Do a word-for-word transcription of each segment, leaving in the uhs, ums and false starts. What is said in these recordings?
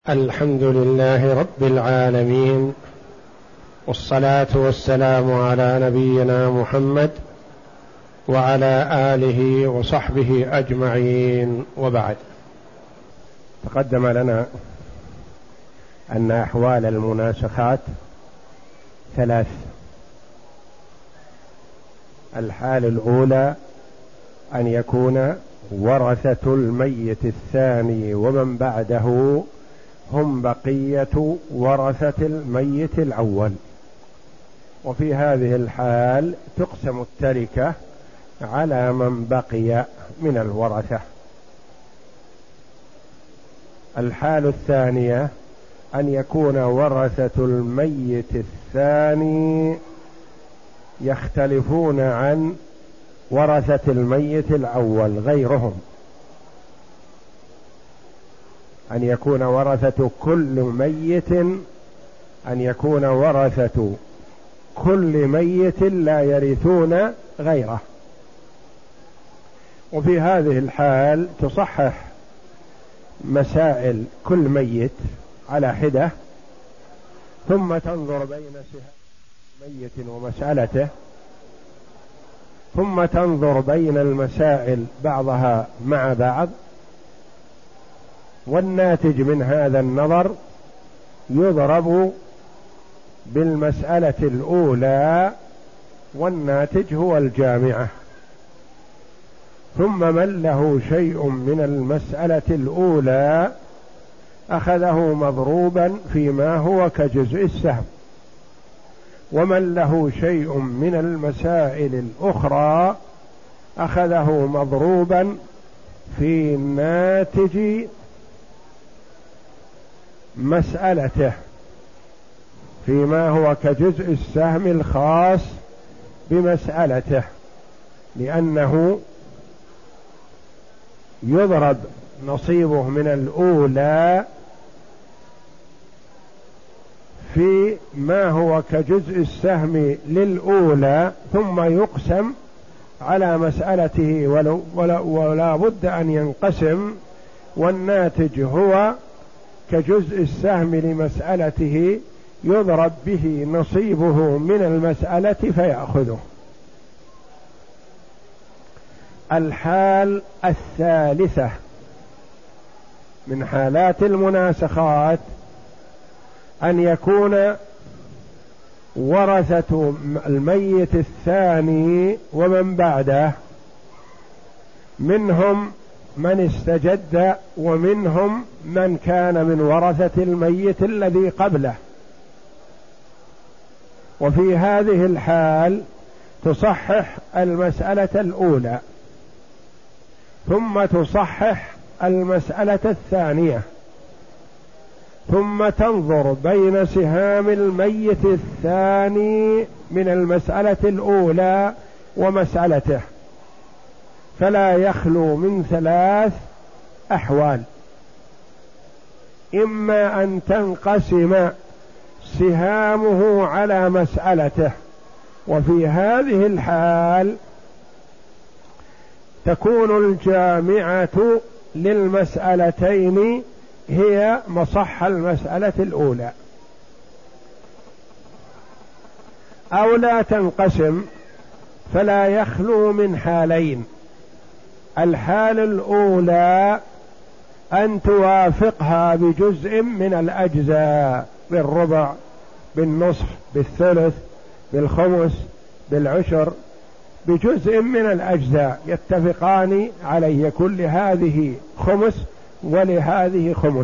الحمد لله رب العالمين، والصلاة والسلام على نبينا محمد وعلى آله وصحبه أجمعين، وبعد. تقدم لنا أن أحوال المناسخات ثلاث. الحال الأولى أن يكون ورثة الميت الثاني ومن بعده هم بقية ورثة الميت الأول، وفي هذه الحال تقسم التركة على من بقي من الورثة. الحال الثانية أن يكون ورثة الميت الثاني يختلفون عن ورثة الميت الأول غيرهم، أن يكون ورثة كل ميت أن يكون ورثة كل ميت لا يرثون غيره. وفي هذه الحال تصحح مسائل كل ميت على حدة، ثم تنظر بين سهام ميت ومسألته، ثم تنظر بين المسائل بعضها مع بعض، والناتج من هذا النظر يضرب بالمسألة الأولى، والناتج هو الجامعة. ثم من له شيء من المسألة الأولى أخذه مضروبا فيما هو كجزء السهم، ومن له شيء من المسائل الأخرى أخذه مضروبا في ناتج مسألته فيما هو كجزء السهم الخاص بمسألته، لأنه يضرب نصيبه من الأولى في ما هو كجزء السهم للأولى، ثم يقسم على مسألته ولو ولا, ولا بد أن ينقسم، والناتج هو كجزء السهم لمسألته يضرب به نصيبه من المسألة فيأخذه. الحال الثالثة من حالات المناسخات أن يكون ورثة الميت الثاني ومن بعده منهم من استجد ومنهم من كان من ورثة الميت الذي قبله. وفي هذه الحال تصحح المسألة الأولى، ثم تصحح المسألة الثانية، ثم تنظر بين سهام الميت الثاني من المسألة الأولى ومسألته، فلا يخلو من ثلاث أحوال: إما أن تنقسم سهامه على مسألته، وفي هذه الحال تكون الجامعة للمسألتين هي مصح المسألة الأولى، أو لا تنقسم، فلا يخلو من حالين: الحال الأولى أن توافقها بجزء من الأجزاء، بالربع، بالنصف، بالثلث، بالخمس، بالعشر، بجزء من الأجزاء يتفقان عليه، كل هذه خمس ولهذه خمس،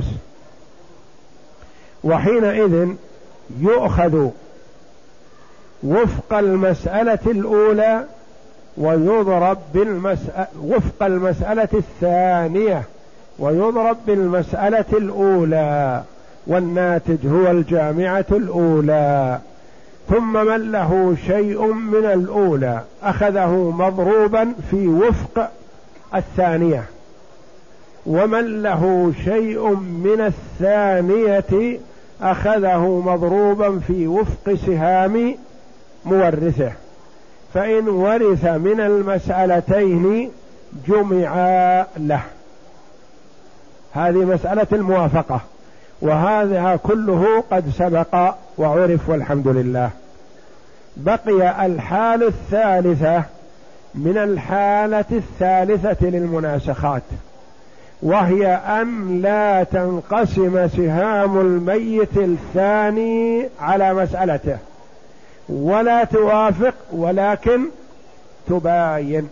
وحينئذ يؤخذ وفق المسألة الأولى ويضرب بالمسألة وفق المسألة الثانية ويضرب بالمسألة الأولى، والناتج هو الجامعة الأولى. ثم من له شيء من الأولى أخذه مضروبا في وفق الثانية، ومن له شيء من الثانية أخذه مضروبا في وفق سهام مورثه، فإن ورث من المسألتين جمعا له. هذه مسألة الموافقة. وهذا كله قد سبق وعرف والحمد لله. بقي الحالة الثالثة من الحالة الثالثة للمناسخات، وهي أن لا تنقسم سهام الميت الثاني على مسألته ولا توافق ولكن تباين.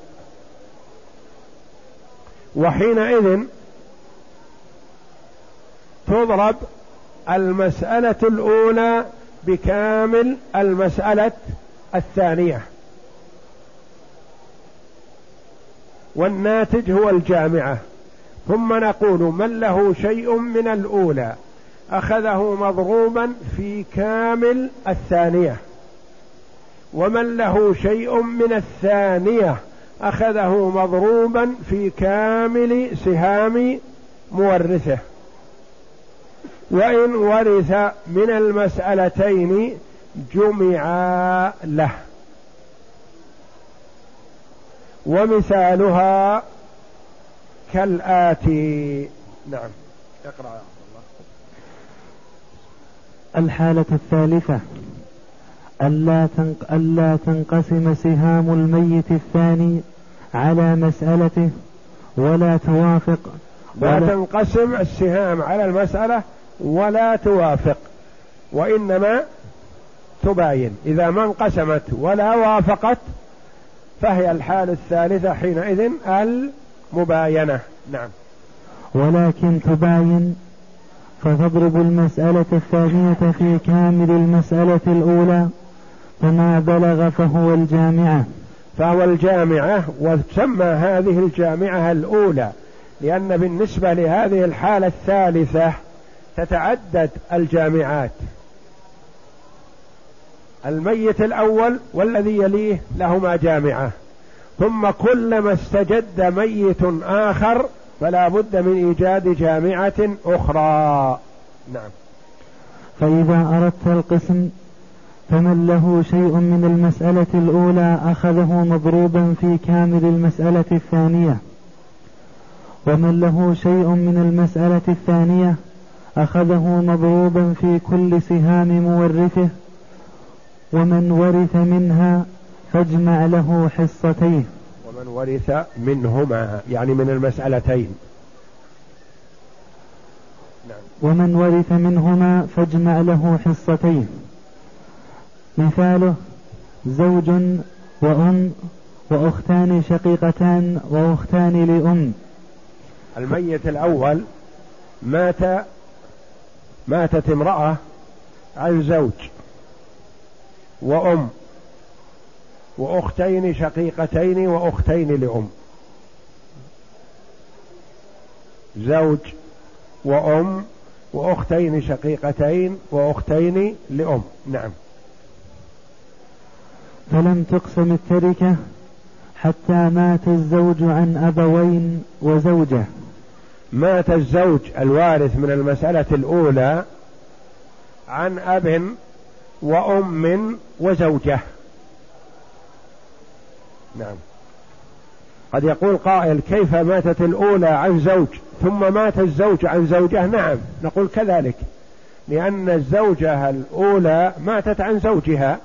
وحينئذ تضرب المسألة الأولى بكامل المسألة الثانية، والناتج هو الجامعة. ثم نقول من له شيء من الأولى أخذه مضروبا في كامل الثانية، ومن له شيء من الثانية أخذه مضروبا في كامل سهام مورثه. وإن ورث من المسألتين جمعا له. ومثالها كالآتي. نعم اقرأ يا الله. الحالة الثالثة ألا تنق... ألا تنقسم سهام الميت الثاني على مسألته ولا توافق ولا لا تنقسم السهام على المسألة ولا توافق، وإنما تباين. إذا ما انقسمت ولا وافقت فهي الحالة الثالثة حينئذ المباينة. نعم. ولكن تباين، فتضرب المسألة الثانية في كامل المسألة الأولى، فما بلغ فهو الجامعة. فهو الجامعة، وتسمى هذه الجامعة الأولى لأن بالنسبة لهذه الحالة الثالثة تتعدد الجامعات. الميت الأول والذي يليه لهما جامعة، ثم كلما استجد ميت آخر فلا بد من إيجاد جامعة أخرى. نعم. فإذا أردت القسم فمن له شيء من المسألة الأولى أخذه مضروبا في كامل المسألة الثانية، ومن له شيء من المسألة الثانية أخذه مضروبا في كل سهام مورثه، ومن ورث منها فاجمع له حصتيه. ومن ورث منهما يعني من المسألتين. نعم. ومن ورث منهما فاجمع له حصتيه. مثاله زوج وأم وأختان شقيقتان وأختان لأم. الميت الأول مات ماتت امرأة عن زوج وأم وأختين شقيقتين وأختين لأم. زوج وأم وأختين شقيقتين وأختين لأم. نعم. فلم تقسم التركة حتى مات الزوج عن أبوين وزوجة. مات الزوج الوارث من المسألة الأولى عن أب وأم وزوجة. نعم. قد يقول قائل كيف ماتت الأولى عن زوج ثم مات الزوج عن زوجة؟ نعم نقول كذلك، لأن الزوجة الأولى ماتت عن زوجها،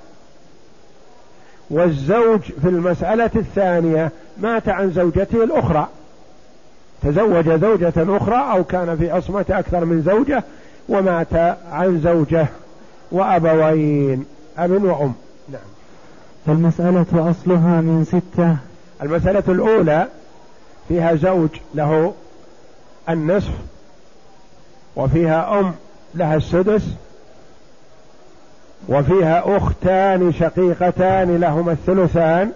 والزوج في المسألة الثانية مات عن زوجته الأخرى، تزوج زوجة أخرى أو كان في عصمة أكثر من زوجة ومات عن زوجة وأبوين أب وأم. نعم. فالمسألة أصلها من ستة. المسألة الأولى فيها زوج له النصف، وفيها أم لها السدس، وفيها أختان شقيقتان لهما الثلثان،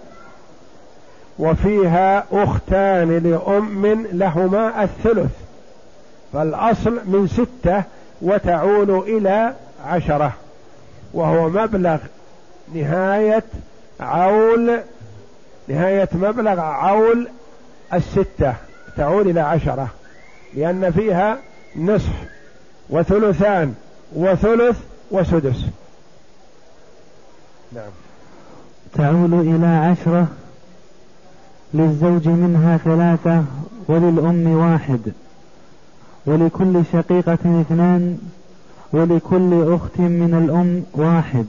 وفيها أختان لأم لهما الثلث. فالأصل من ستة وتعول إلى عشرة، وهو مبلغ نهاية عول نهاية مبلغ عول الستة تعول إلى عشرة، لأن فيها نصف وثلثان وثلث وسدس. نعم. تعول إلى عشرة، للزوج منها ثلاثة وللأم واحد، ولكل شقيقة اثنان ولكل أخت من الأم واحد.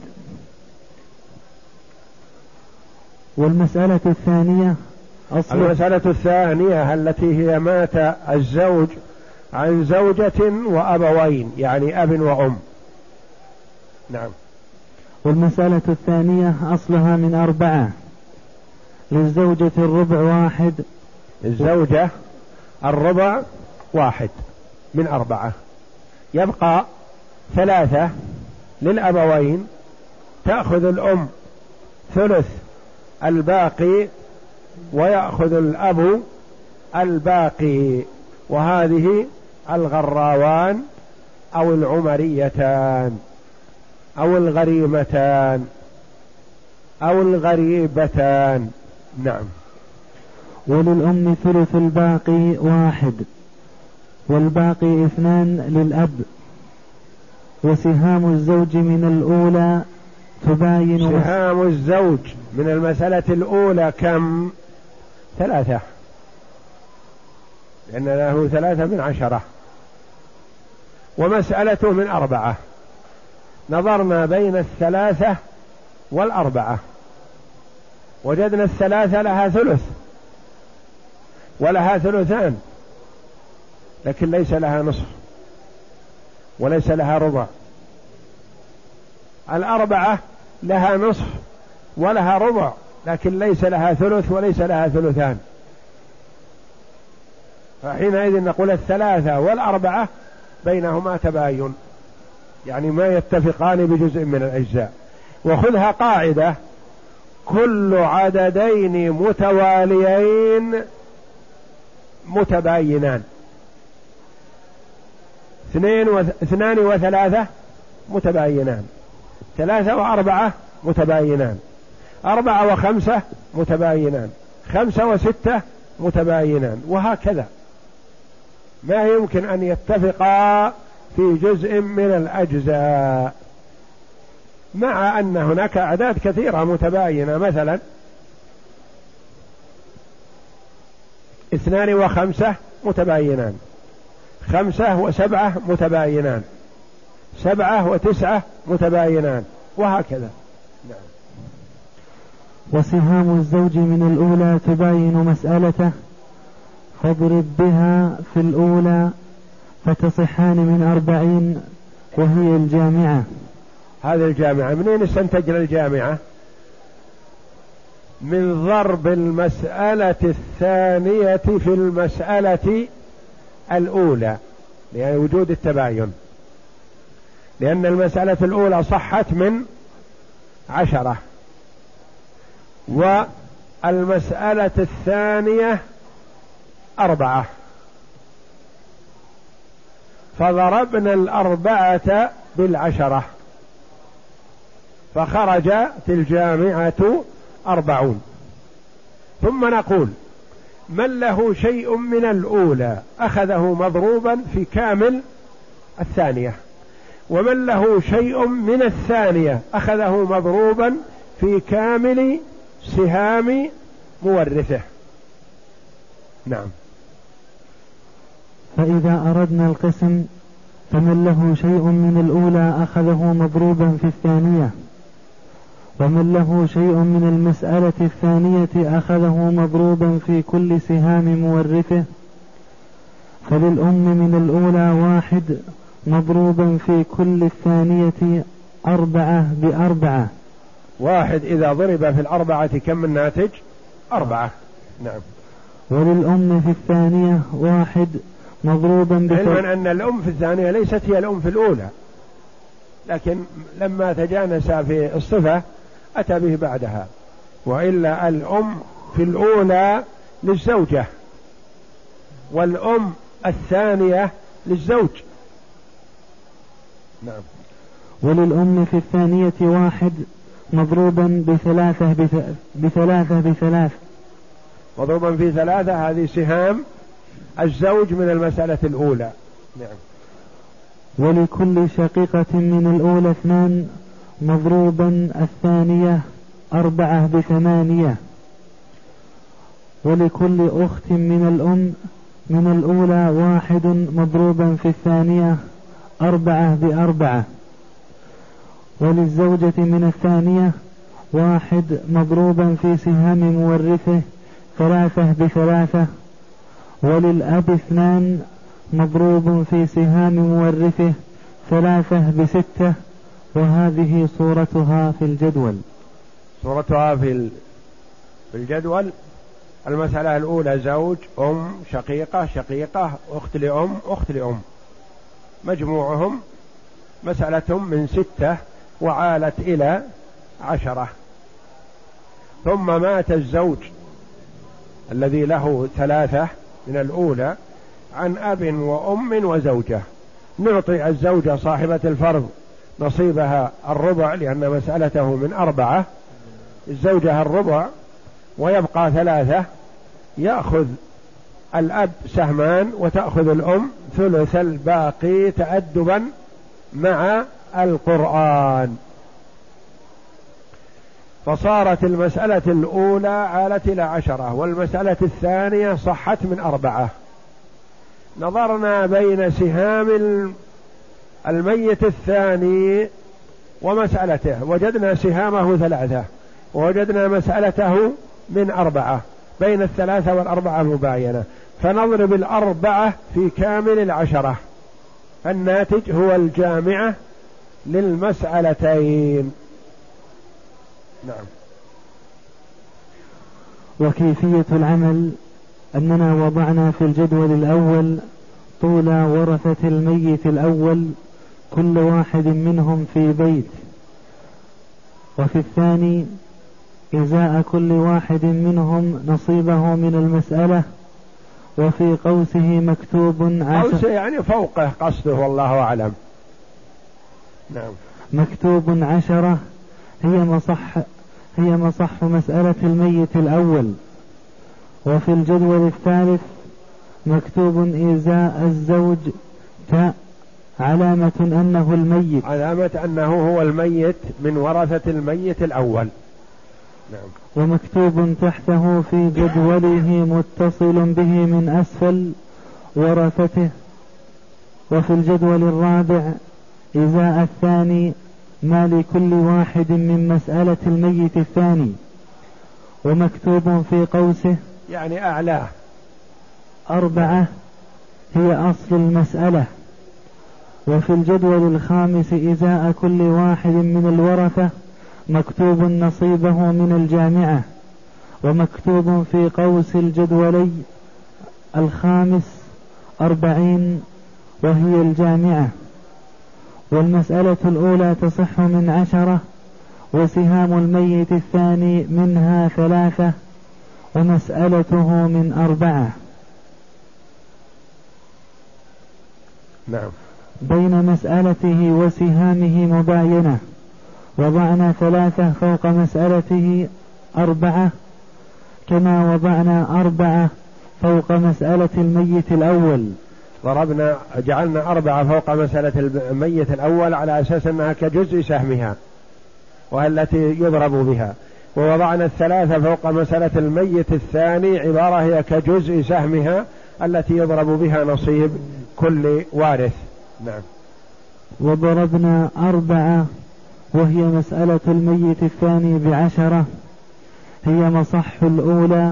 والمسألة الثانية أصل المسألة الثانية التي هي مات الزوج عن زوجة وأبوين، يعني أب وأم. نعم. والمسألة الثانية أصلها من أربعة. للزوجة الربع واحد. الزوجة الربع واحد من أربعة، يبقى ثلاثة للأبوين، تأخذ الأم ثلث الباقي ويأخذ الأب الباقي، وهذه الغراوان أو العمريتان أو الغريمتان أو الغريبتان. نعم. وللأم ثلث الباقي واحد، والباقي اثنان للأب. وسهام الزوج من الأولى تباين. سهام الزوج من المسألة الأولى كم؟ ثلاثة، لأن له ثلاثة من عشرة، ومسألته من أربعة. نظرنا بين الثلاثة والأربعة، وجدنا الثلاثة لها ثلث ولها ثلثان، لكن ليس لها نصف وليس لها ربع. الأربعة لها نصف ولها ربع، لكن ليس لها ثلث وليس لها ثلثان. فحينئذ نقول الثلاثة والأربعة بينهما تباين، يعني ما يتفقان بجزء من الأجزاء. وخذها قاعدة: كل عددين متواليين متباينان. اثنين و... اثنان وثلاثة متباينان، ثلاثة وأربعة متباينان، أربعة وخمسة متباينان، خمسة وستة متباينان، وهكذا. ما يمكن أن يتفقا في جزء من الأجزاء، مع أن هناك أعداد كثيرة متباينة. مثلا اثنان وخمسة متباينان، خمسة وسبعة متباينان، سبعة وتسعة متباينان، وهكذا. نعم. وسهام الزوج من الأولى تباين مسألته، فاضرب بها في الأولى فتصحان من أربعين، وهي الجامعة. هذه الجامعة منين استنتجنا الجامعة؟ من ضرب المسألة الثانية في المسألة الأولى، لأن وجود التباين، لأن المسألة الأولى صحت من عشرة، والمسألة الثانية أربعة، فضربنا الأربعة بالعشرة فخرجت الجامعة أربعون. ثم نقول: من له شيء من الأولى أخذه مضروبا في كامل الثانية، ومن له شيء من الثانية أخذه مضروبا في كامل سهام مورثه. نعم. فإذا أردنا القسم فمن له شيء من الأولى أخذه مضروبا في الثانية، ومن له شيء من المسألة الثانية أخذه مضروبا في كل سهام مورثه. فللأم من الأولى واحد مضروبا في كل الثانية أربعة بأربعة. واحد إذا ضرب في الأربعة كم الناتج؟ أربعة. نعم. وللأم في الثانية واحد مضروبا بثلاثة. علما أن الأم في الثانية ليست هي الأم في الأولى، لكن لما تجانس في الصفة أتى به بعدها، وإلا الأم في الأولى للزوجة، والأم الثانية للزوج. نعم. وللأم في الثانية واحد مضروبا بثلاثة بثلاثة بثلاث مضروبا في ثلاثة، هذه سهام الزوج من المسألة الأولى. نعم. ولكل شقيقة من الأولى اثنان مضروبا الثانية أربعة بثمانية. ولكل أخت من الأم من الأولى واحد مضروبا في الثانية أربعة بأربعة. وللزوجة من الثانية واحد مضروبا في سهام مورثه ثلاثة بثلاثة. وللأب اثنان مضروب في سهام مورثه ثلاثة بستة. وهذه صورتها في الجدول. صورتها في الجدول: المسألة الأولى زوج، أم، شقيقة، شقيقة، أخت لأم، أخت لأم، مجموعهم مسألة من ستة وعالت إلى عشرة. ثم مات الزوج الذي له ثلاثة من الأولى عن أب وأم وزوجة، نعطي الزوجة صاحبة الفرض نصيبها الربع لأن مسألته من أربعة، الزوجة الربع ويبقى ثلاثة، يأخذ الأب سهمان وتأخذ الأم ثلث الباقي تأدبا مع القرآن. فصارت المسألة الأولى عالت إلى عشرة، والمسألة الثانية صحت من أربعة. نظرنا بين سهام الميت الثاني ومسألته، وجدنا سهامه ثلاثة ووجدنا مسألته من أربعة، بين الثلاثة والأربعة مباينة، فنضرب الأربعة في كامل العشرة، الناتج هو الجامعة للمسألتين. نعم. وكيفية العمل أننا وضعنا في الجدول الأول طول ورثة الميت الأول كل واحد منهم في بيت، وفي الثاني إزاء كل واحد منهم نصيبه من المسألة، وفي قوسه مكتوب عشرة. قوسه يعني فوقه قصده والله أعلم. نعم. مكتوب عشرة هي مصح هي مصح مسألة الميت الأول. وفي الجدول الثالث مكتوب إزاء الزوج تاء علامة أنه الميت، علامة أنه هو الميت من ورثة الميت الأول. نعم. ومكتوب تحته في جدوله متصل به من أسفل ورثته. وفي الجدول الرابع إزاء الثاني ما لكل واحد من مسألة الميت الثاني، ومكتوب في قوسه يعني أعلاه أربعة هي أصل المسألة. وفي الجدول الخامس إزاء كل واحد من الورثة مكتوب نصيبه من الجامعة، ومكتوب في قوس الجدولي الخامس أربعين وهي الجامعة. والمسألة الأولى تصح من عشرة، وسهام الميت الثاني منها ثلاثة، ومسألته من أربعة. نعم. بين مسألته وسهامه مباينة، وضعنا ثلاثة فوق مسألته أربعة، كما وضعنا أربعة فوق مسألة الميت الأول. ضربنا جعلنا أربعة فوق مسألة الميت الأول على أساس أنها كجزء سهمها والتي يضرب بها، ووضعنا الثلاثة فوق مسألة الميت الثاني عبارة هي كجزء سهمها التي يضرب بها نصيب كل وارث. نعم. وضربنا أربعة وهي مسألة الميت الثاني بعشرة، هي مصح الأولى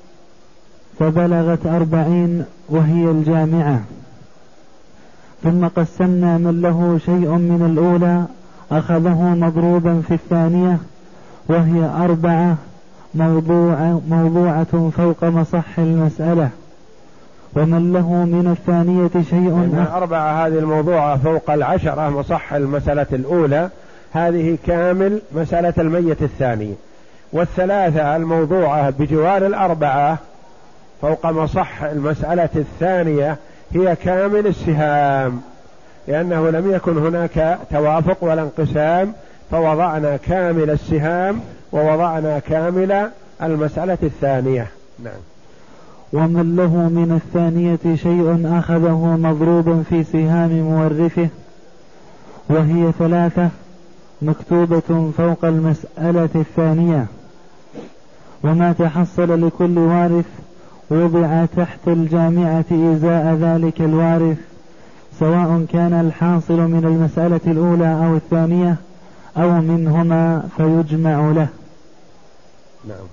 فبلغت أربعين وهي الجامعة. ثم قسمنا من له شيء من الأولى أخذه مضروبا في الثانية وهي أربعة موضوعة, موضوعة فوق مصح المسألة. ومن له من الثانية شيء يعني الأربعة هذه الموضوعة فوق العشرة مصح المسألة الأولى، هذه كامل مسألة الميت الثاني. والثلاثة الموضوعة بجوار الأربعة فوق مصح المسألة الثانية هي كامل السهام، لأنه لم يكن هناك توافق ولا انقسام، فوضعنا كامل السهام ووضعنا كامل المسألة الثانية. نعم. ومن له من الثانية شيء أخذه مضروبا في سهام مورثه وهي ثلاثة مكتوبة فوق المسألة الثانية. وما تحصل لكل وارث وضع تحت الجامعة إزاء ذلك الوارث سواء كان الحاصل من المسألة الأولى أو الثانية أو منهما فيجمع له. نعم.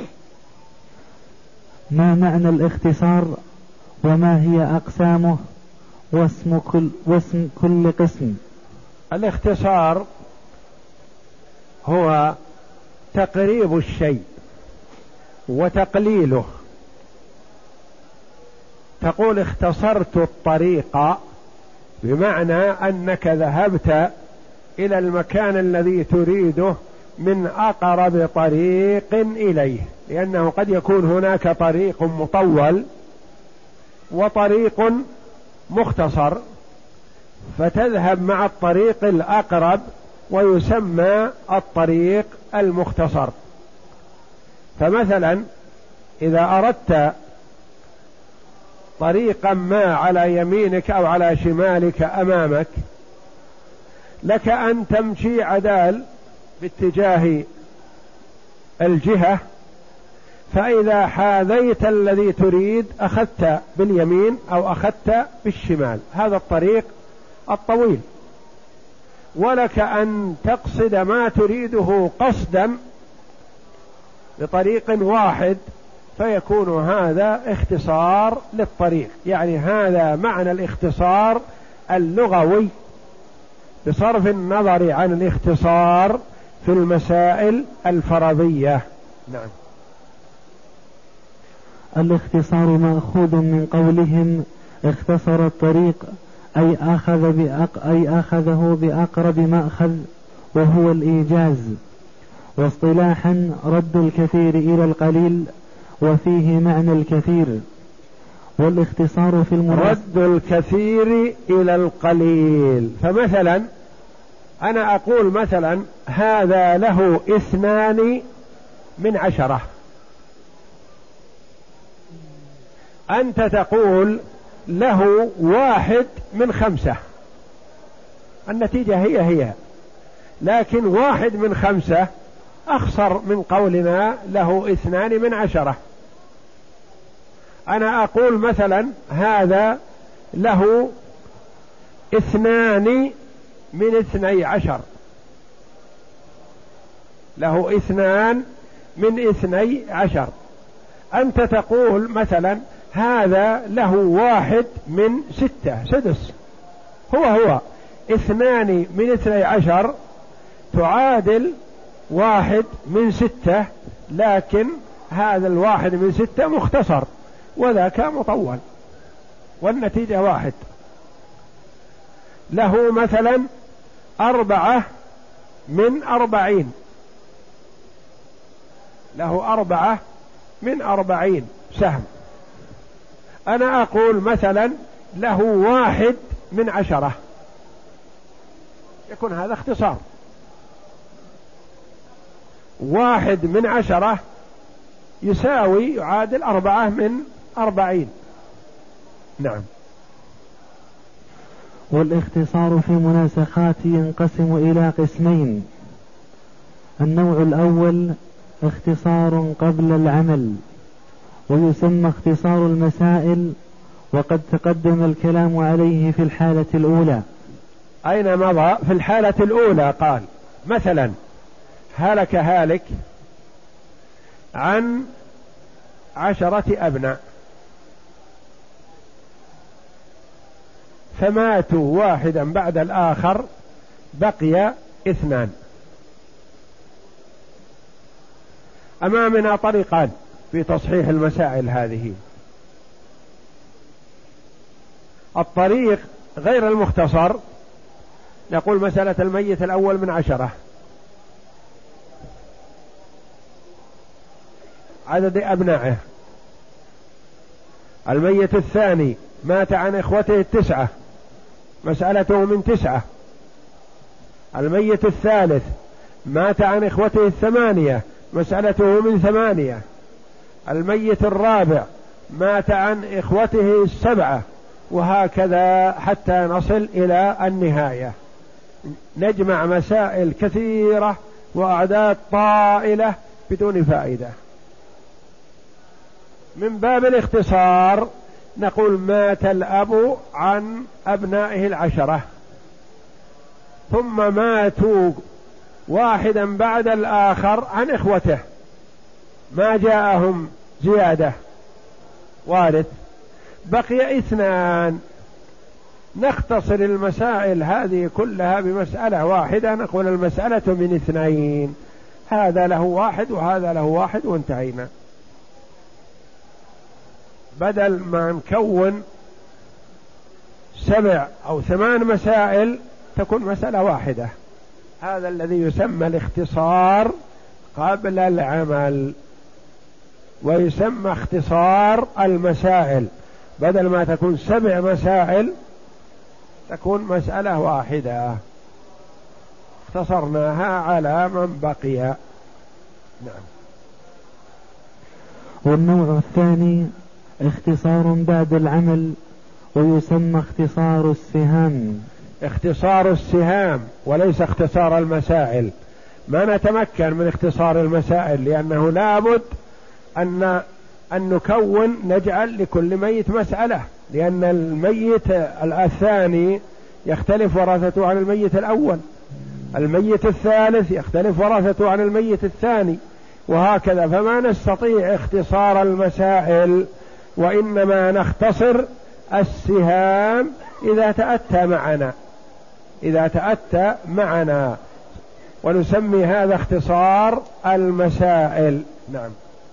ما معنى الاختصار وما هي أقسامه واسم كل, واسم كل قسم؟ الاختصار هو تقريب الشيء وتقليله. تقول اختصرت الطريق بمعنى أنك ذهبت إلى المكان الذي تريده من أقرب طريق إليه، لأنه قد يكون هناك طريق مطول وطريق مختصر، فتذهب مع الطريق الأقرب ويسمى الطريق المختصر. فمثلا إذا أردت طريقا ما على يمينك أو على شمالك أمامك، لك أن تمشي عدال باتجاه الجهة، فإذا حاذيت الذي تريد أخذت باليمين أو أخذت بالشمال، هذا الطريق الطويل. ولك أن تقصد ما تريده قصدا بطريق واحد، فيكون هذا اختصار للطريق. يعني هذا معنى الاختصار اللغوي بصرف النظر عن الاختصار في المسائل الفرضية. نعم. الاختصار مأخوذ من قولهم اختصر الطريق، أي أخذ بأق أي أخذه بأقرب مأخذ، وهو الإيجاز. واصطلاحا رد الكثير إلى القليل، وفيه معنى الكثير. والاختصار في المناسبة رد الكثير إلى القليل. فمثلا أنا أقول مثلا هذا له اثنان من عشرة، أنت تقول له واحد من خمسة، النتيجة هي هي، لكن واحد من خمسة أخسر من قولنا له اثنان من عشرة. أنا أقول مثلا هذا له اثنان من اثني عشر، له اثنان من اثني عشر، أنت تقول مثلا هذا له واحد من ستة، سدس. هو هو اثنان من اثني عشر تعادل واحد من ستة، لكن هذا الواحد من ستة مختصر وذاك مطول، والنتيجة واحد. له مثلا أربعة من أربعين، له أربعة من أربعين سهم، أنا أقول مثلا له واحد من عشرة، يكون هذا اختصار. واحد من عشرة يساوي يعادل أربعة من أربعين. نعم. والاختصار في المناسخات ينقسم إلى قسمين. النوع الأول اختصار قبل العمل، ويسمى اختصار المسائل، وقد تقدم الكلام عليه في الحالة الأولى. أين مضى؟ في الحالة الأولى قال مثلا هلك هالك عن عشرة أبناء، فماتوا واحدا بعد الآخر، بقي اثنان. أمامنا طريقان في تصحيح المسائل هذه. الطريق غير المختصر، نقول مسألة الميت الأول من عشرة، عدد أبنائه. الميت الثاني مات عن إخوته التسعة، مسألته من تسعة. الميت الثالث مات عن إخوته الثمانية، مسألته من ثمانية. الميت الرابع مات عن إخوته السبعة، وهكذا حتى نصل إلى النهاية. نجمع مسائل كثيرة وأعداد طائلة بدون فائدة. من باب الاختصار نقول مات الأب عن أبنائه العشرة، ثم ماتوا واحدا بعد الآخر عن إخوته، ما جاءهم زيادة وارث، بقي اثنان. نختصر المسائل هذه كلها بمسألة واحدة، نقول المسألة من اثنين، هذا له واحد وهذا له واحد وانتهينا، بدل ما نكون سبع أو ثمان مسائل تكون مسألة واحدة. هذا الذي يسمى الاختصار قبل العمل، ويسمى اختصار المسائل، بدل ما تكون سبع مسائل تكون مسألة واحدة اختصرناها على من بقي. نعم. والنوع الثاني اختصار بعد العمل، ويسمى اختصار السهام. اختصار السهام وليس اختصار المسائل، ما نتمكن من اختصار المسائل لأنه لابد أن أن نكون نجعل لكل ميت مسألة، لأن الميت الثاني يختلف ورثته عن الميت الأول، الميت الثالث يختلف ورثته عن الميت الثاني، وهكذا. فما نستطيع اختصار المسائل، وإنما نختصر السهام إذا تأتى معنا إذا تأتى معنا ونسمي هذا اختصار المسائل. نعم.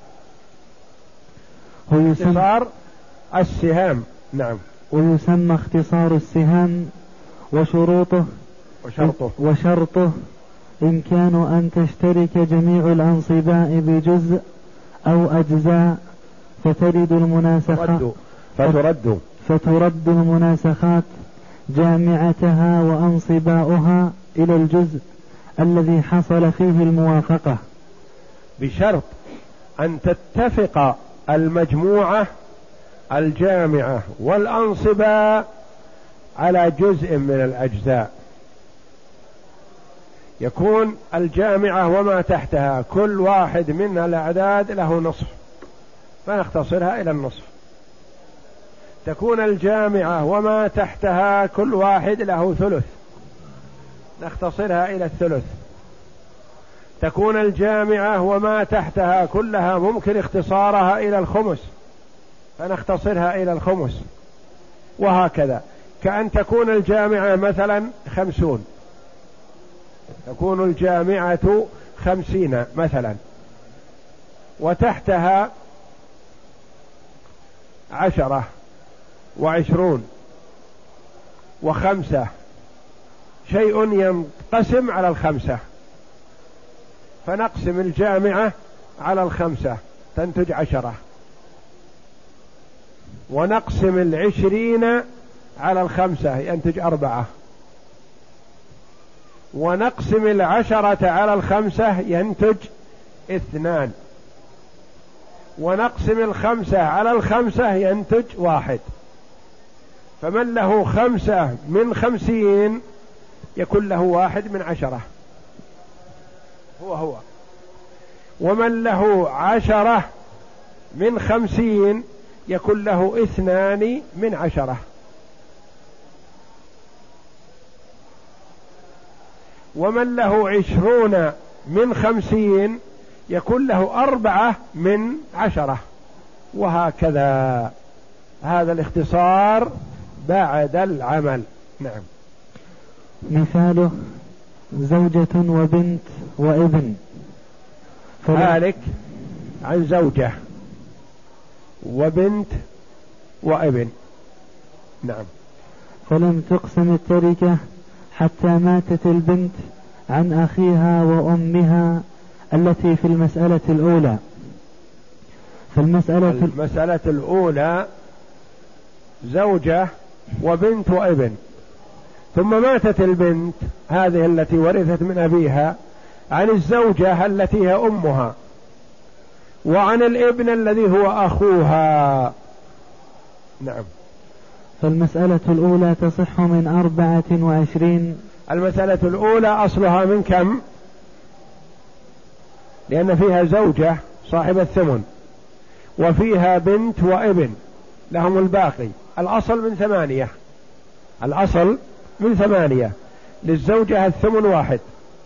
اختصار السهام. نعم. ويسمى اختصار السهام. وشروطه وشرطه وشرطه إمكان أن تشترك جميع الأنصباء بجزء أو أجزاء، فترد المناسخات فترد فترد المناسخات جامعتها وأنصباؤها إلى الجزء الذي حصل فيه الموافقة، بشرط أن تتفق المجموعة الجامعة والأنصباء على جزء من الأجزاء، يكون الجامعة وما تحتها كل واحد من الأعداد له نصف فنختصرها إلى النصف، تكون الجامعة وما تحتها كل واحد له ثلث نختصرها إلى الثلث، تكون الجامعة وما تحتها كلها ممكن اختصارها إلى الخمس فنختصرها إلى الخمس، وهكذا. كأن تكون الجامعة مثلا خمسون، تكون الجامعة خمسين مثلا، وتحتها عشرة وعشرون وخمسة، شيء ينقسم على الخمسة، فنقسم الجامعة على الخمسة تنتج عشرة، ونقسم العشرين على الخمسة ينتج أربعة، ونقسم العشرة على الخمسة ينتج اثنان، ونقسم الخمسة على الخمسة ينتج واحد. فمن له خمسة من خمسين يكون له واحد من عشرة هو هو، ومن له عشرة من خمسين يكون له اثنان من عشرة، ومن له عشرون من خمسين يكون له أربعة من عشرة، وهكذا. هذا الاختصار بعد العمل. نعم. مثاله زوجة وبنت وابن، هالك عن زوجة وبنت وابن. نعم. فلم تقسم التركة حتى ماتت البنت عن أخيها وأمها التي في المسألة الأولى. فالمسألة المسألة الأولى زوجة وبنت وابن، ثم ماتت البنت هذه التي ورثت من أبيها عن الزوجة التي هي أمها، وعن الابن الذي هو أخوها. نعم. فالمسألة الأولى تصح من أربعة وعشرين. المسألة الأولى أصلها من كم؟ لأن فيها زوجة صاحب الثمن، وفيها بنت وابن لهم الباقي. الأصل من ثمانية، الأصل من ثمانية. للزوجة الثمن واحد،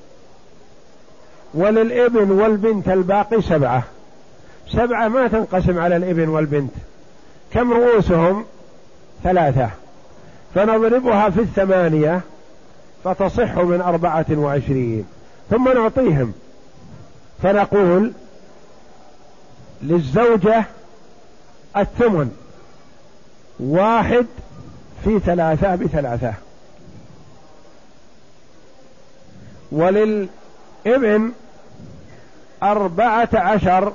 وللابن والبنت الباقي سبعة. سبعة ما تنقسم على الابن والبنت، كم رؤوسهم؟ ثلاثة، فنضربها في الثمانية فتصح من أربعة وعشرين، ثم نعطيهم فنقول للزوجة الثمن واحد في ثلاثة بثلاثة، وللابن أربعة عشر،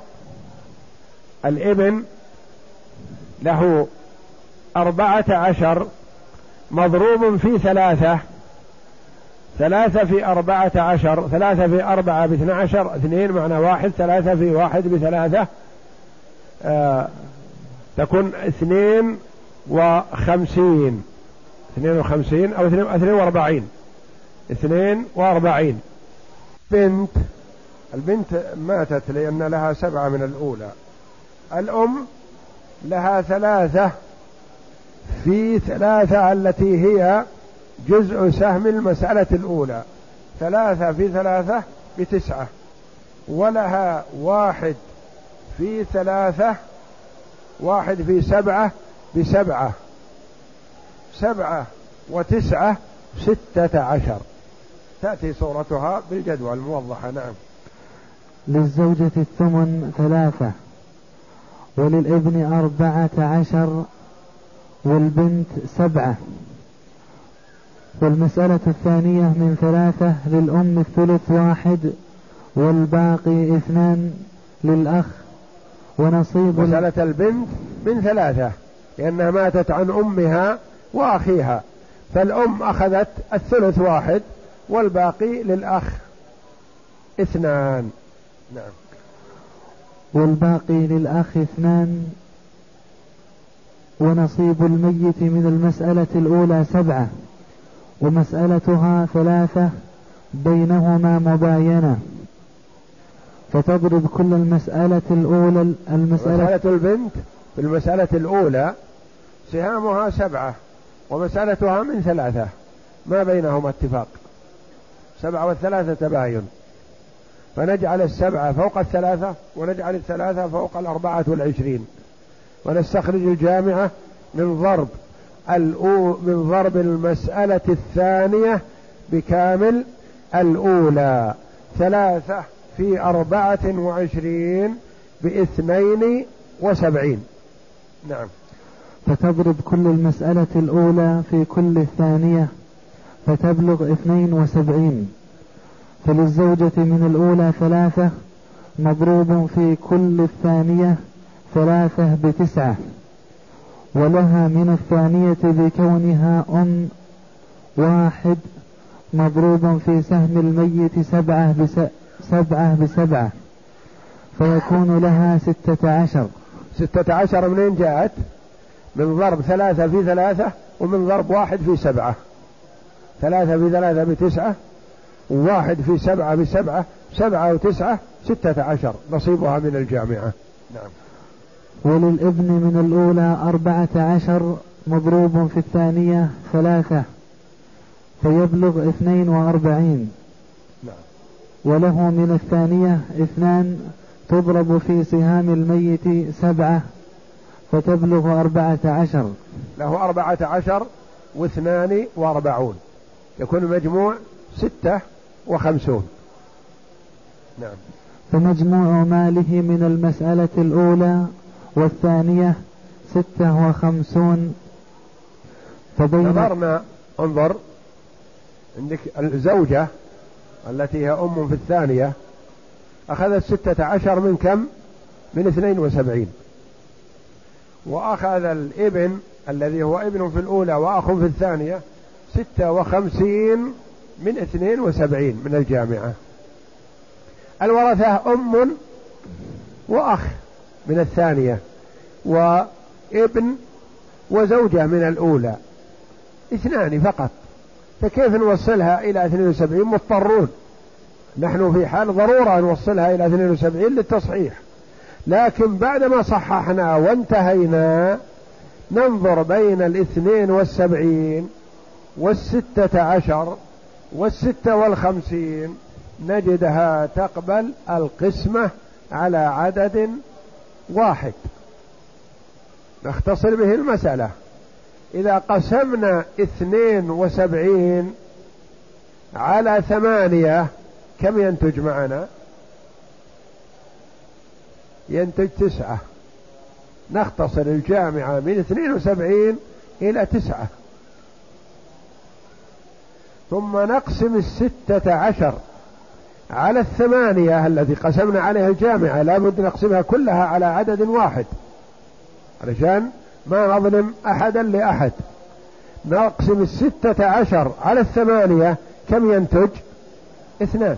الابن له أربعة عشر مضروب في ثلاثة، ثلاثة في أربعة عشر، ثلاثة في أربعة باثنى عشر، اثنين معنى واحد، ثلاثة في واحد بثلاثة آه تكون اثنين وخمسين، اثنين وخمسين أو اثنين واربعين، اثنين واربعين. بنت، البنت ماتت لأن لها سبعة من الأولى. الأم لها ثلاثة في ثلاثة التي هي جزء سهم المسألة الأولى، ثلاثة في ثلاثة بتسعة، ولها واحد في ثلاثة، واحد في سبعة بسبعة، سبعة وتسعة ستة عشر. تأتي صورتها بالجدول الموضحة. نعم. للزوجة الثمن ثلاثة، وللابن أربعة عشر، والبنت سبعة. والمسألة الثانية من ثلاثة للأم الثلث واحد، والباقي اثنان للأخ. ونصيب مسألة البنت من ثلاثة لأنها ماتت عن أمها وأخيها، فالأم أخذت الثلث واحد والباقي للأخ اثنان. نعم. والباقي للأخ اثنان. ونصيب الميت من المسألة الأولى سبعة، ومسألتها ثلاثة بينهما مباينة، فتضرب كل المسألة الأولى المسألة. مسألة البنت في المسألة الأولى سهامها سبعة ومسألتها من ثلاثة، ما بينهما اتفاق، سبعة والثلاثة تباين، فنجعل السبعة فوق الثلاثة ونجعل الثلاثة فوق الأربعة والعشرين، ونستخرج الجامعة من ضرب الأو من ضرب المسألة الثانية بكامل الأولى. ثلاثة في أربعة وعشرين باثنين وسبعين. نعم. فتضرب كل المسألة الأولى في كل الثانية فتبلغ اثنين وسبعين. فللزوجة من الأولى ثلاثة مضروب في كل الثانية ثلاثة بتسعة، ولها من الثانية بكونها أم واحد مضروب في سهم الميت سبعة بس سبعة بسبعة، فيكون لها ستة عشر. ستة عشر منين جاءت؟ من ضرب ثلاثة في ثلاثة ومن ضرب واحد في سبعة. ثلاثة في ثلاثة بتسعة، وواحد في سبعة بسبعة، سبعة وتسعة ستة عشر، نصيبها من الجامعة. نعم. وللابن من الأولى أربعة عشر مضروب في الثانية ثلاثة فيبلغ اثنين وأربعين. نعم. وله من الثانية اثنان تضرب في سهام الميت سبعة فتبلغ أربعة عشر. له أربعة عشر واثنان وأربعون، يكون المجموع ستة وخمسون. نعم. فمجموع ماله من المسألة الأولى والثانية ستة وخمسون. فبين نظرنا انظر عندك الزوجة التي هي أم في الثانية أخذت ستة عشر من كم؟ من اثنين وسبعين. وأخذ الابن الذي هو ابن في الأولى وأخ في الثانية ستة وخمسين من اثنين وسبعين من الجامعة. الورثة أم وأخ من الثانية وابن وزوجة من الأولى، اثنان فقط، فكيف نوصلها إلى اثنين وسبعين؟ مضطرون، نحن في حال ضرورة نوصلها إلى اثنين وسبعين للتصحيح، لكن بعدما صححنا وانتهينا ننظر بين الاثنين والسبعين والستة عشر والستة والخمسين نجدها تقبل القسمة على عدد واحد، نختصر به المسألة. إذا قسمنا اثنين وسبعين على ثمانية كم ينتج معنا؟ ينتج تسعة. نختصر الجامعة من اثنين وسبعين إلى تسعة، ثم نقسم الستة عشر على الثمانية التي قسمنا عليها الجامعة، لا بد نقسمها كلها على عدد واحد علشان ما نظلم أحدا لأحد. نقسم الستة عشر على الثمانية كم ينتج؟ اثنان.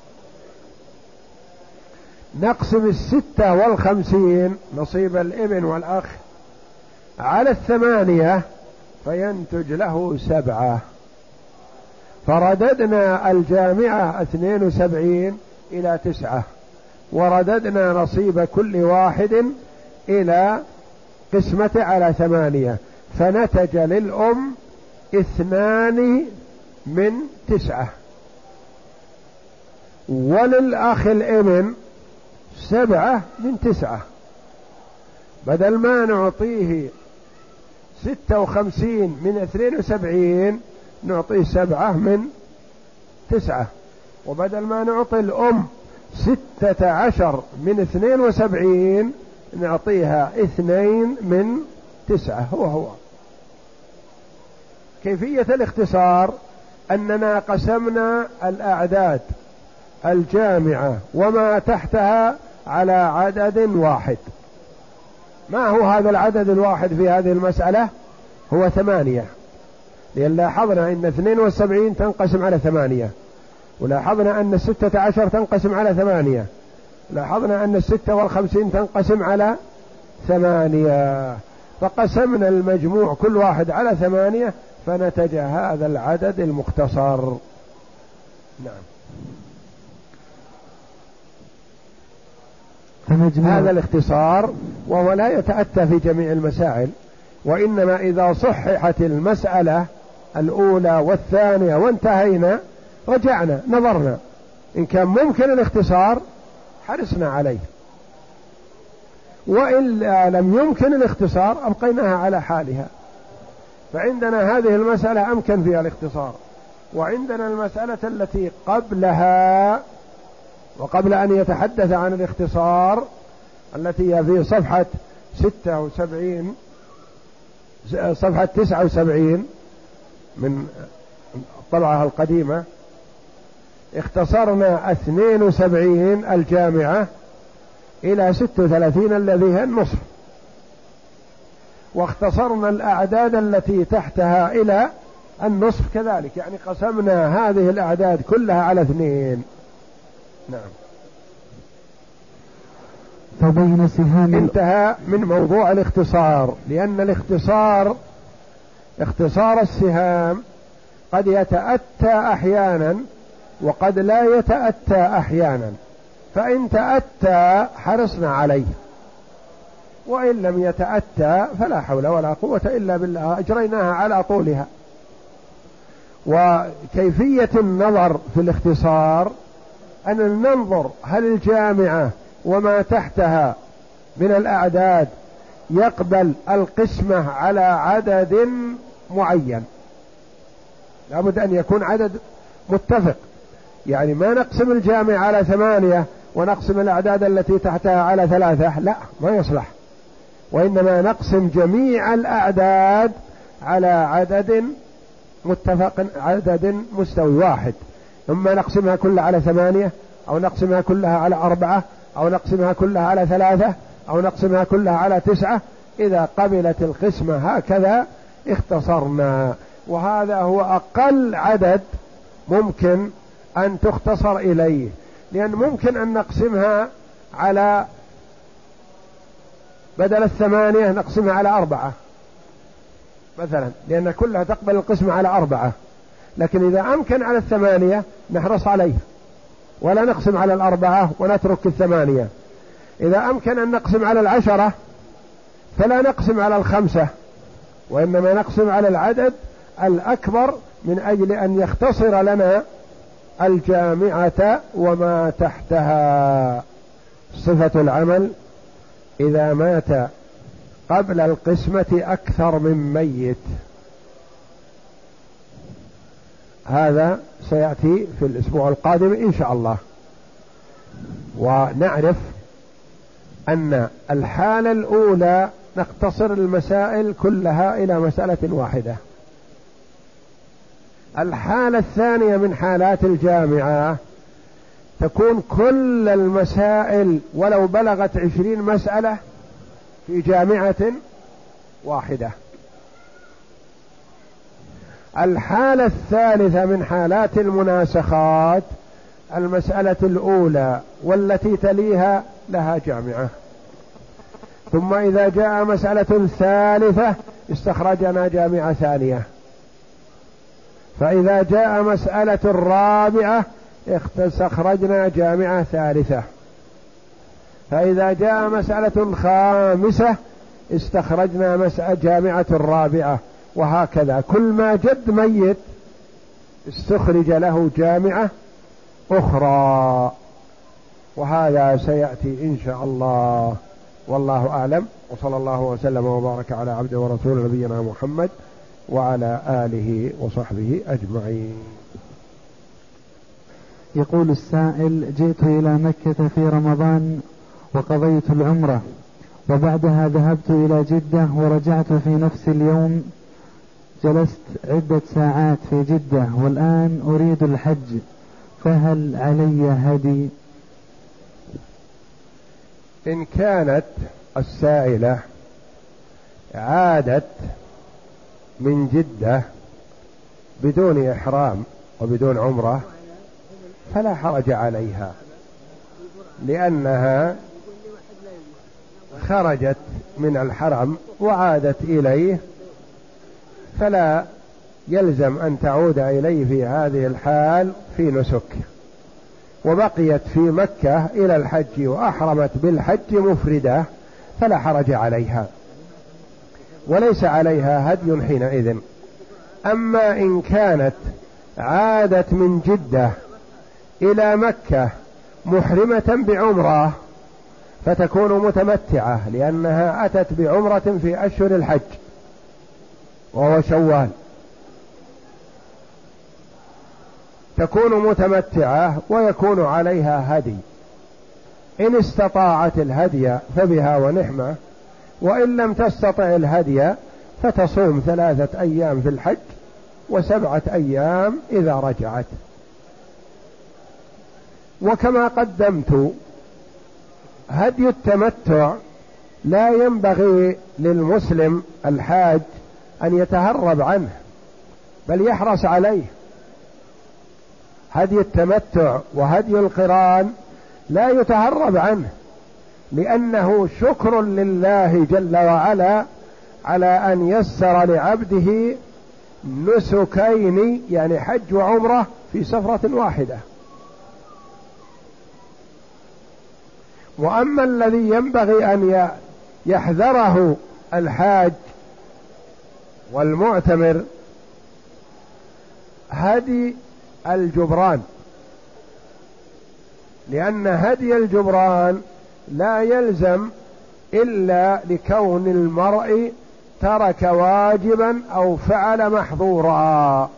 نقسم الستة والخمسين نصيب الابن والأخ على الثمانية فينتج له سبعة. فرددنا الجامعة اثنين وسبعين إلى تسعة، ورددنا نصيب كل واحد إلى قسمة على ثمانية، فنتج للأم اثنان من تسعة، وللأخ الابن سبعة من تسعة. بدل ما نعطيه ستة وخمسين من اثنين وسبعين نعطيه سبعة من تسعة، وبدل ما نعطي الأم ستة عشر من اثنين وسبعين نعطيها اثنين من تسعة. هو هو كيفية الاختصار أننا قسمنا الأعداد الجامعة وما تحتها على عدد واحد. ما هو هذا العدد الواحد في هذه المسألة؟ هو ثمانية، لأن لاحظنا أن اثنين وسبعين تنقسم على ثمانية، ولاحظنا أن الستة عشر تنقسم على ثمانية، لاحظنا أن الستة والخمسين تنقسم على ثمانية، فقسمنا المجموع كل واحد على ثمانية فنتج هذا العدد المختصر. نعم. هذا الاختصار، وهو لا يتأتى في جميع المسائل، وإنما إذا صححت المسألة الأولى والثانية وانتهينا رجعنا نظرنا، إن كان ممكن الاختصار حرصنا عليه، وإلا لم يمكن الاختصار أبقيناها على حالها. فعندنا هذه المسألة أمكن فيها الاختصار، وعندنا المسألة التي قبلها وقبل أن يتحدث عن الاختصار التي هي في صفحة ستة وسبعين صفحة تسعة وسبعين من الطبعة القديمة، اختصرنا اثنين وسبعين الجامعة إلى ستة وثلاثين الذي هي النصف، واختصرنا الأعداد التي تحتها إلى النصف كذلك، يعني قسمنا هذه الأعداد كلها على اثنين. نعم. فبين سهام انتهى من موضوع الاختصار، لأن الاختصار اختصار السهام قد يتأتى أحيانا وقد لا يتأتى أحيانا، فإن تأتى حرصنا عليه، وإن لم يتأتى فلا حول ولا قوة إلا بالله أجريناها على طولها. وكيفية النظر في الاختصار أن ننظر هل الجامعة وما تحتها من الأعداد يقبل القسمة على عدد معين، لابد أن يكون عدد متفق، يعني ما نقسم الجامعة على ثمانية ونقسم الأعداد التي تحتها على ثلاثة، لا ما يصلح، وإنما نقسم جميع الأعداد على عدد متفق، عدد مستوي واحد، ثم نقسمها كلها على ثمانية أو نقسمها كلها على أربعة أو نقسمها كلها على ثلاثة أو نقسمها كلها على تسعة. إذا قبلت القسمة هكذا اختصرنا، وهذا هو أقل عدد ممكن أن تختصر إليه، لأن ممكن أن نقسمها على بدل الثمانية نقسمها على أربعة مثلا، لأن كلها تقبل القسمة على أربعة، لكن إذا أمكن على الثمانية نحرص عليه ولا نقسم على الأربعة ونترك الثمانية. إذا أمكن أن نقسم على العشرة فلا نقسم على الخمسة وإنما نقسم على العدد الأكبر من أجل أن يختصر لنا الجامعة وما تحتها. صفة العمل: إذا مات قبل القسمة أكثر من ميت. هذا سيأتي في الأسبوع القادم إن شاء الله. ونعرف أن الحالة الأولى نقتصر المسائل كلها إلى مسألة واحدة. الحالة الثانية من حالات الجامعة تكون كل المسائل ولو بلغت عشرين مسألة في جامعة واحدة. الحالة الثالثة من حالات المناسخات المسألة الأولى والتي تليها لها جامعة، ثم إذا جاء مسألة ثالثة استخرجنا جامعة ثانية، فإذا جاء مسألة رابعة استخرجنا جامعة ثالثة، فإذا جاء مسألة خامسة استخرجنا مسألة جامعة الرابعة، وهكذا كل ما جد ميت استخرج له جامعة أخرى. وهذا سيأتي إن شاء الله، والله أعلم، وصلى الله وسلم وبارك على عبده ورسوله نبينا محمد وعلى آله وصحبه أجمعين. يقول السائل: جئت إلى مكة في رمضان وقضيت العمرة، وبعدها ذهبت إلى جدة ورجعت في نفس اليوم، جلست عدة ساعات في جدة والآن أريد الحج، فهل علي هدي؟ إن كانت السائلة عادت من جدة بدون إحرام وبدون عمرة فلا حرج عليها، لأنها خرجت من الحرم وعادت إليه، فلا يلزم أن تعود إليه في هذه الحال في نسك، وبقيت في مكة إلى الحج وأحرمت بالحج مفردة فلا حرج عليها وليس عليها هدي حينئذ. أما إن كانت عادت من جدة إلى مكة محرمة بعمرة فتكون متمتعة، لأنها أتت بعمرة في أشهر الحج وهو شوال، تكون متمتعة ويكون عليها هدي. إن استطاعت الهدي فبها ونعمة، وإن لم تستطع الهدي فتصوم ثلاثة أيام في الحج وسبعة أيام إذا رجعت. وكما قدمت هدي التمتع لا ينبغي للمسلم الحاج أن يتهرب عنه، بل يحرص عليه. هدي التمتع وهدي القران لا يتهرب عنه، لأنه شكر لله جل وعلا على أن يسر لعبده نسكين، يعني حج وعمرة في سفرة واحدة. وأما الذي ينبغي أن يحذره الحاج والمعتمر هدي الجبران، لأن هدي الجبران لا يلزم إلا لكون المرء ترك واجبا أو فعل محظورا.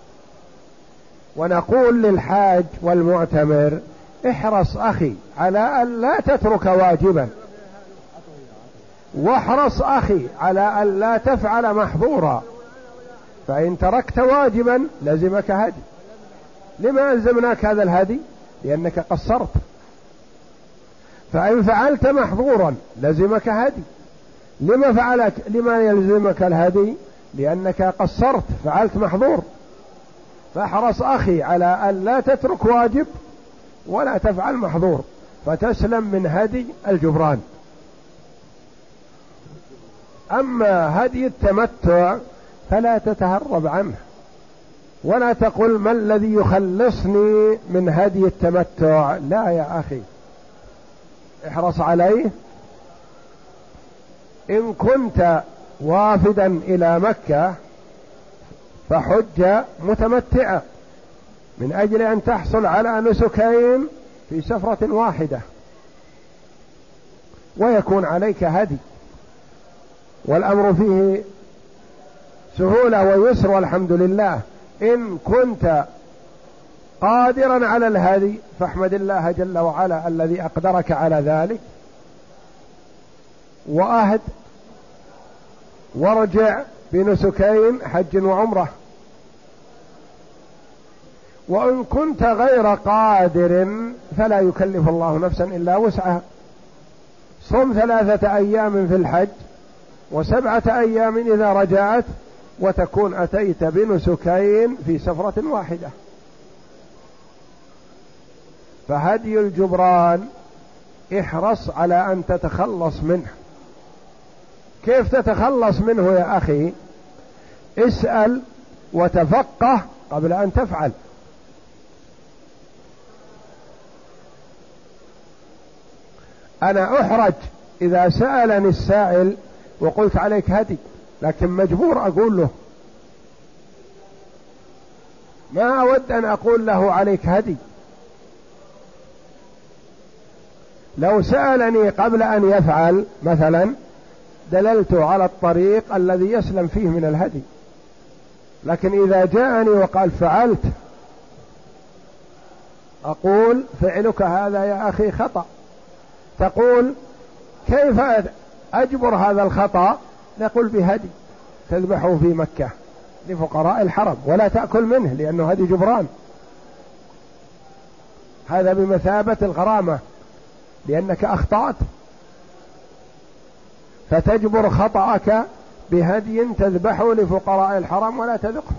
ونقول للحاج والمعتمر: احرص أخي على أن لا تترك واجبا، واحرص أخي على أن لا تفعل محظورا، فإن تركت واجبا لزمك هدي. لما ألزمناك هذا الهدي؟ لأنك قصرت. فإن فعلت محظورا لزمك هدي. لما فعلت لما يلزمك الهدي؟ لأنك قصرت، فعلت محظور. فاحرص أخي على أن لا تترك واجب ولا تفعل محظور، فتسلم من هدي الجبران. أما هدي التمتع فلا تتهرب عنه، ولا تقل ما الذي يخلصني من هدي التمتع. لا يا أخي، احرص عليه. إن كنت وافدا إلى مكة فحج متمتعا من أجل أن تحصل على نسكين في سفرة واحدة، ويكون عليك هدي، والأمر فيه سهولة ويسر والحمد لله. إن كنت قادرا على الهدي فاحمد الله جل وعلا الذي أقدرك على ذلك، وأهد وارجع بنسكين حج وعمرة. وإن كنت غير قادر فلا يكلف الله نفسا إلا وسعها، صم ثلاثة أيام في الحج وسبعة أيام إذا رجعت، وتكون أتيت بنسكين في سفرة واحدة. فهدي الجبران احرص على أن تتخلص منه. كيف تتخلص منه يا أخي؟ اسأل وتفقه قبل أن تفعل. أنا أحرج إذا سألني السائل وقلت عليك هدي، لكن مجبور أقول له، ما أود أن أقول له عليك هدي. لو سألني قبل أن يفعل مثلا دللت على الطريق الذي يسلم فيه من الهدي، لكن إذا جاءني وقال فعلت أقول فعلك هذا يا أخي خطأ. تقول كيف أجبر هذا الخطأ؟ نقول بهدي تذبحه في مكة لفقراء الحرم ولا تأكل منه لأنه هدي جبران، هذا بمثابة الغرامة لأنك أخطأت، فتجبر خطأك بهدي تذبحه لفقراء الحرم ولا تذقه.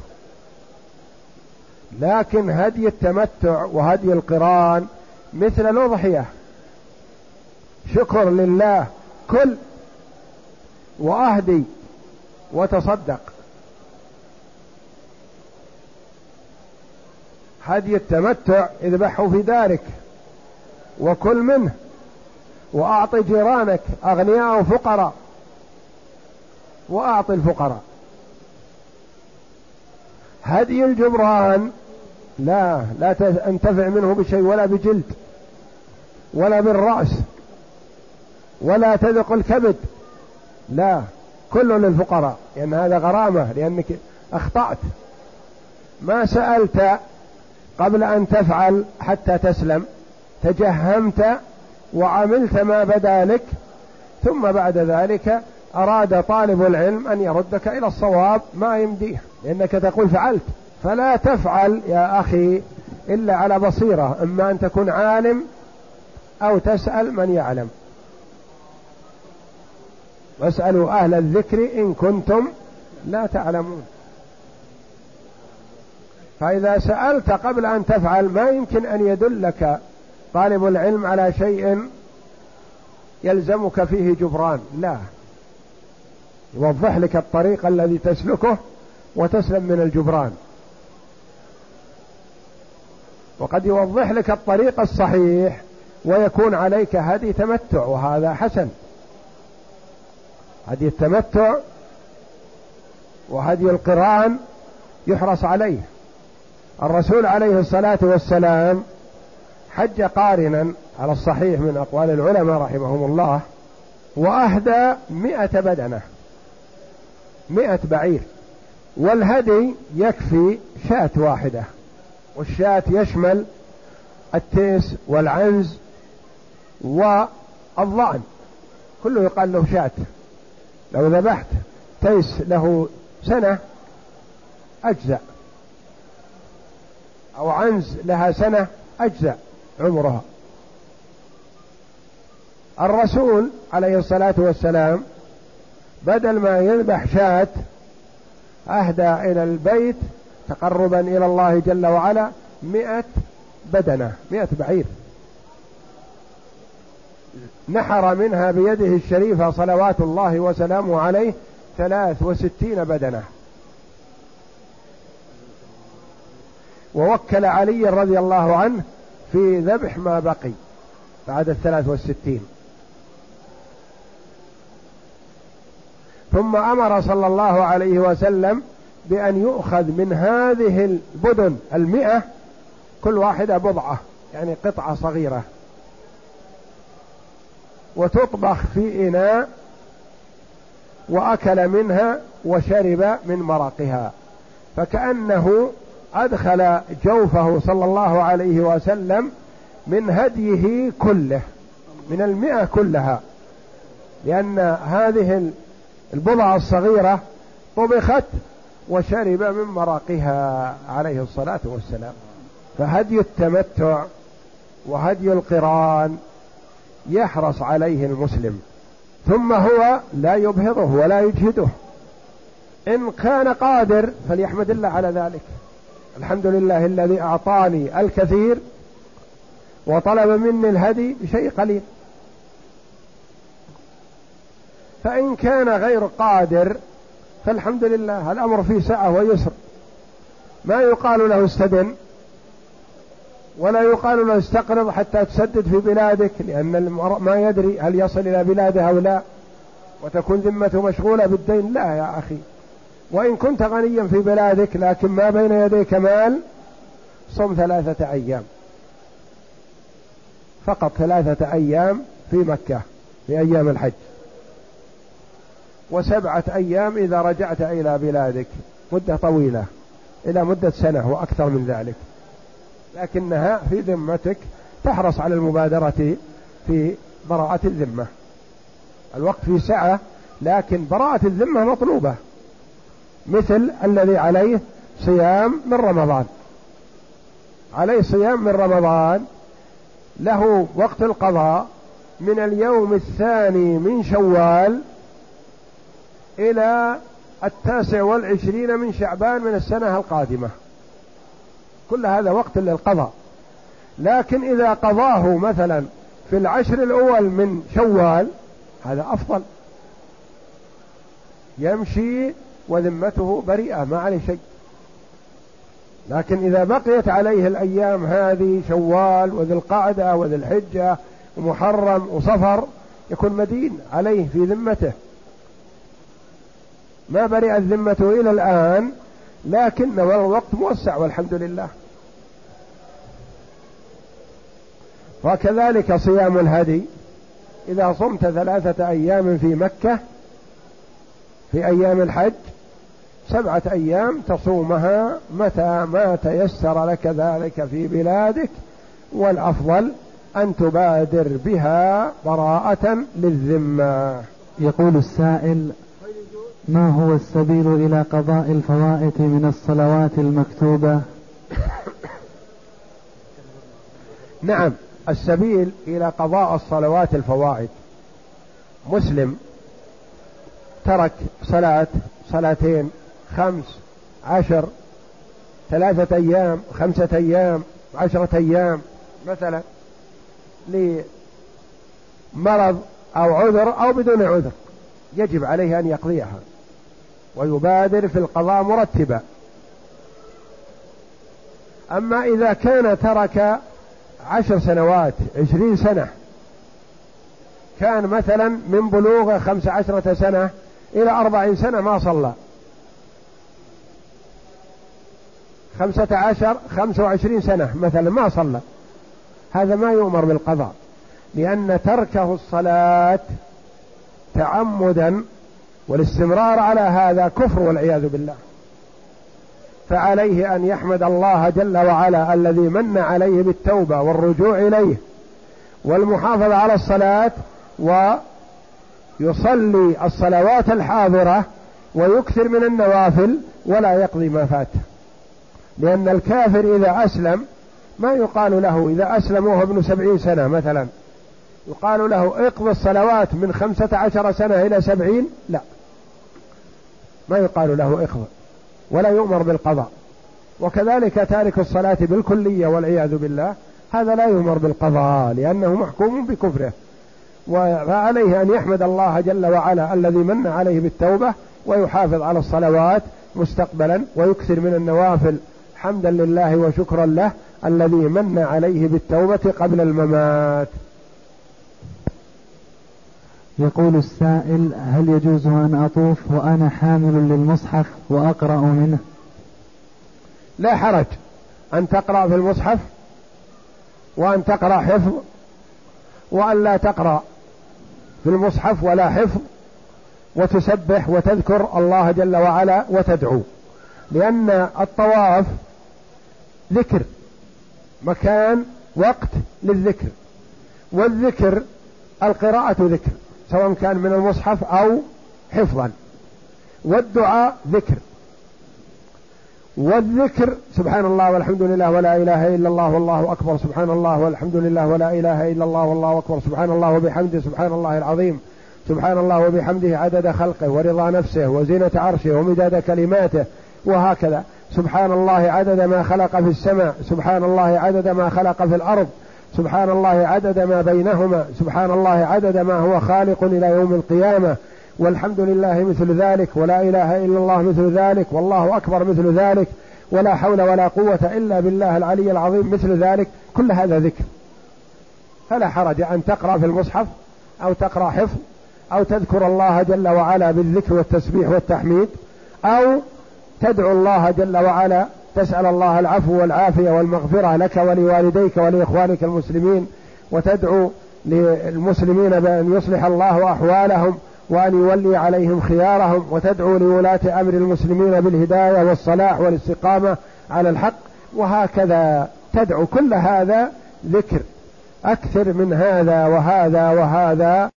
لكن هدي التمتع وهدي القران مثل الأضحية، شكر لله، كل وأهدي وتصدق. هدي التمتع اذبحه في دارك وكل منه، وأعطي جيرانك أغنياء وفقراء، وأعطي الفقراء. هدي الجبران لا لا تنتفع منه بشيء، ولا بجلد ولا بالرأس ولا تذق الكبد، لا، كله للفقراء، لأن هذا غرامة، لأنك أخطأت، ما سألت قبل أن تفعل حتى تسلم، تجهمت وعملت ما بدا لك، ثم بعد ذلك أراد طالب العلم أن يردك إلى الصواب، ما يمديه لأنك تقول فعلت. فلا تفعل يا أخي إلا على بصيرة، إما أن تكون عالم أو تسأل من يعلم. واسألوا أهل الذكر إن كنتم لا تعلمون. فإذا سألت قبل أن تفعل ما يمكن أن يدلك طالب العلم على شيء يلزمك فيه جبران، لا، يوضح لك الطريق الذي تسلكه وتسلم من الجبران، وقد يوضح لك الطريق الصحيح ويكون عليك هدي تمتع، وهذا حسن. هدي التمتع وهدي القران يحرص عليه. الرسول عليه الصلاة والسلام حج قارنا على الصحيح من أقوال العلماء رحمهم الله، وأهدى مئة بدنة، مئة بعير، والهدي يكفي شاة واحدة، والشاة يشمل التيس والعنز والضأن، كله يقال له شاة. لو ذبحت تيس له سنة أجزأ، أو عنز لها سنة أجزأ عمرها. الرسول عليه الصلاة والسلام بدل ما يذبح شاة أهدى إلى البيت تقربا إلى الله جل وعلا مئة بدنة، مئة بعير، نحر منها بيده الشريفة صلوات الله وسلامه عليه ثلاث وستين بدنة، ووكل علي رضي الله عنه في ذبح ما بقي بعد الثلاث والستين. ثم أمر صلى الله عليه وسلم بأن يؤخذ من هذه البدن المئة كل واحدة بضعة، يعني قطعة صغيرة، وتطبخ في إناء، وأكل منها وشرب من مرقها، فكأنه أدخل جوفه صلى الله عليه وسلم من هديه كله، من المئة كلها، لأن هذه البضعة الصغيرة طبخت وشرب من مرقها عليه الصلاة والسلام. فهدي التمتع وهدي القران يحرص عليه المسلم، ثم هو لا يبهضه ولا يجهده، إن كان قادر فليحمد الله على ذلك، الحمد لله الذي أعطاني الكثير وطلب مني الهدي بشيء قليل. فإن كان غير قادر فالحمد لله، الأمر فيه سعة ويسر، ما يقال له استدن ولا يقال له استقرض حتى تسدد في بلادك، لأن المرء ما يدري هل يصل إلى بلاده أو لا، وتكون ذمته مشغولة بالدين. لا يا أخي، وإن كنت غنيا في بلادك لكن ما بين يديك مال، صم ثلاثة أيام فقط، ثلاثة أيام في مكة في أيام الحج، وسبعة أيام إذا رجعت إلى بلادك، مدة طويلة إلى مدة سنة وأكثر من ذلك، لكنها في ذمتك، تحرص على المبادرة في براءة الذمة. الوقت في سعة، لكن براءة الذمة مطلوبة، مثل الذي عليه صيام من رمضان، عليه صيام من رمضان، له وقت القضاء من اليوم الثاني من شوال إلى التاسع والعشرين من شعبان من السنة القادمة، كل هذا وقت للقضاء. لكن إذا قضاه مثلا في العشر الأول من شوال هذا أفضل، يمشي وذمته بريئة ما عليه شيء. لكن إذا بقيت عليه الأيام هذه، شوال وذي القعدة وذي الحجة ومحرم وصفر، يكون مدين عليه في ذمته، ما برئت ذمته إلى الآن، لكن الوقت موسع والحمد لله. وكذلك صيام الهدي، إذا صمت ثلاثة أيام في مكة في أيام الحج، سبعة أيام تصومها متى ما تيسر لك ذلك في بلادك، والأفضل أن تبادر بها براءة للذمة. يقول السائل: ما هو السبيل إلى قضاء الفوائت من الصلوات المكتوبة؟ نعم، السبيل إلى قضاء الصلوات الفوائد، مسلم ترك صلاة، صلاتين، خمس، عشر، ثلاثة أيام، خمسة أيام، عشرة أيام مثلا، لمرض أو عذر أو بدون عذر، يجب عليه أن يقضيها ويبادر في القضاء مرتبا. أما إذا كان ترك عشر سنوات، عشرين سنة، كان مثلا من بلوغ خمس عشرة سنة إلى أربعين سنة ما صلى، خمسة عشر خمسة وعشرين سنة مثلا ما صلى، هذا ما يؤمر بالقضاء، لأن تركه الصلاة تعمدا والاستمرار على هذا كفر والعياذ بالله. فعليه أن يحمد الله جل وعلا الذي من عليه بالتوبة والرجوع إليه والمحافظة على الصلاة، ويصلي الصلوات الحاضرة ويكثر من النوافل ولا يقضي ما فات. لأن الكافر إذا أسلم ما يقال له، إذا أسلم وهو ابن سبعين سنة مثلا، يقال له اقض الصلوات من خمسة عشر سنة إلى سبعين، لا، ما يقال له اقض ولا يؤمر بالقضاء. وكذلك تارك الصلاة بالكلية والعياذ بالله، هذا لا يؤمر بالقضاء لأنه محكوم بكفره. وعليه أن يحمد الله جل وعلا الذي من عليه بالتوبة ويحافظ على الصلوات مستقبلا ويكثر من النوافل حمدا لله وشكرا له الذي من عليه بالتوبة قبل الممات. يقول السائل: هل يجوز أن أطوف وأنا حامل للمصحف وأقرأ منه؟ لا حرج أن تقرأ في المصحف وأن تقرأ حفظ، وأن لا تقرأ في المصحف ولا حفظ، وتسبح وتذكر الله جل وعلا وتدعو، لأن الطواف ذكر، مكان وقت للذكر، والذكر القراءة ذكر سواء كان من المصحف أو حفظا، والدعاء ذكر، والذكر سبحان الله والحمد لله ولا إله إلا الله والله أكبر، سبحان الله والحمد لله ولا إله إلا الله والله أكبر، سبحان الله وبحمده سبحان الله العظيم، سبحان الله وبحمده عدد خلقه ورضا نفسه وزينة عرشه ومداد كلماته، وهكذا. سبحان الله عدد ما خلق في السماء، سبحان الله عدد ما خلق في الأرض، سبحان الله عدد ما بينهما، سبحان الله عدد ما هو خالق إلى يوم القيامة، والحمد لله مثل ذلك، ولا إله إلا الله مثل ذلك، والله أكبر مثل ذلك، ولا حول ولا قوة إلا بالله العلي العظيم مثل ذلك. كل هذا ذكر، فلا حرج أن تقرأ في المصحف أو تقرأ حفظ أو تذكر الله جل وعلا بالذكر والتسبيح والتحميد، أو تدعو الله جل وعلا، تسأل الله العفو والعافية والمغفرة لك ولوالديك ولإخوانك المسلمين، وتدعو للمسلمين بأن يصلح الله أحوالهم وأن يولي عليهم خيارهم، وتدعو لولاة أمر المسلمين بالهداية والصلاح والاستقامة على الحق، وهكذا تدعو. كل هذا ذكر، أكثر من هذا وهذا وهذا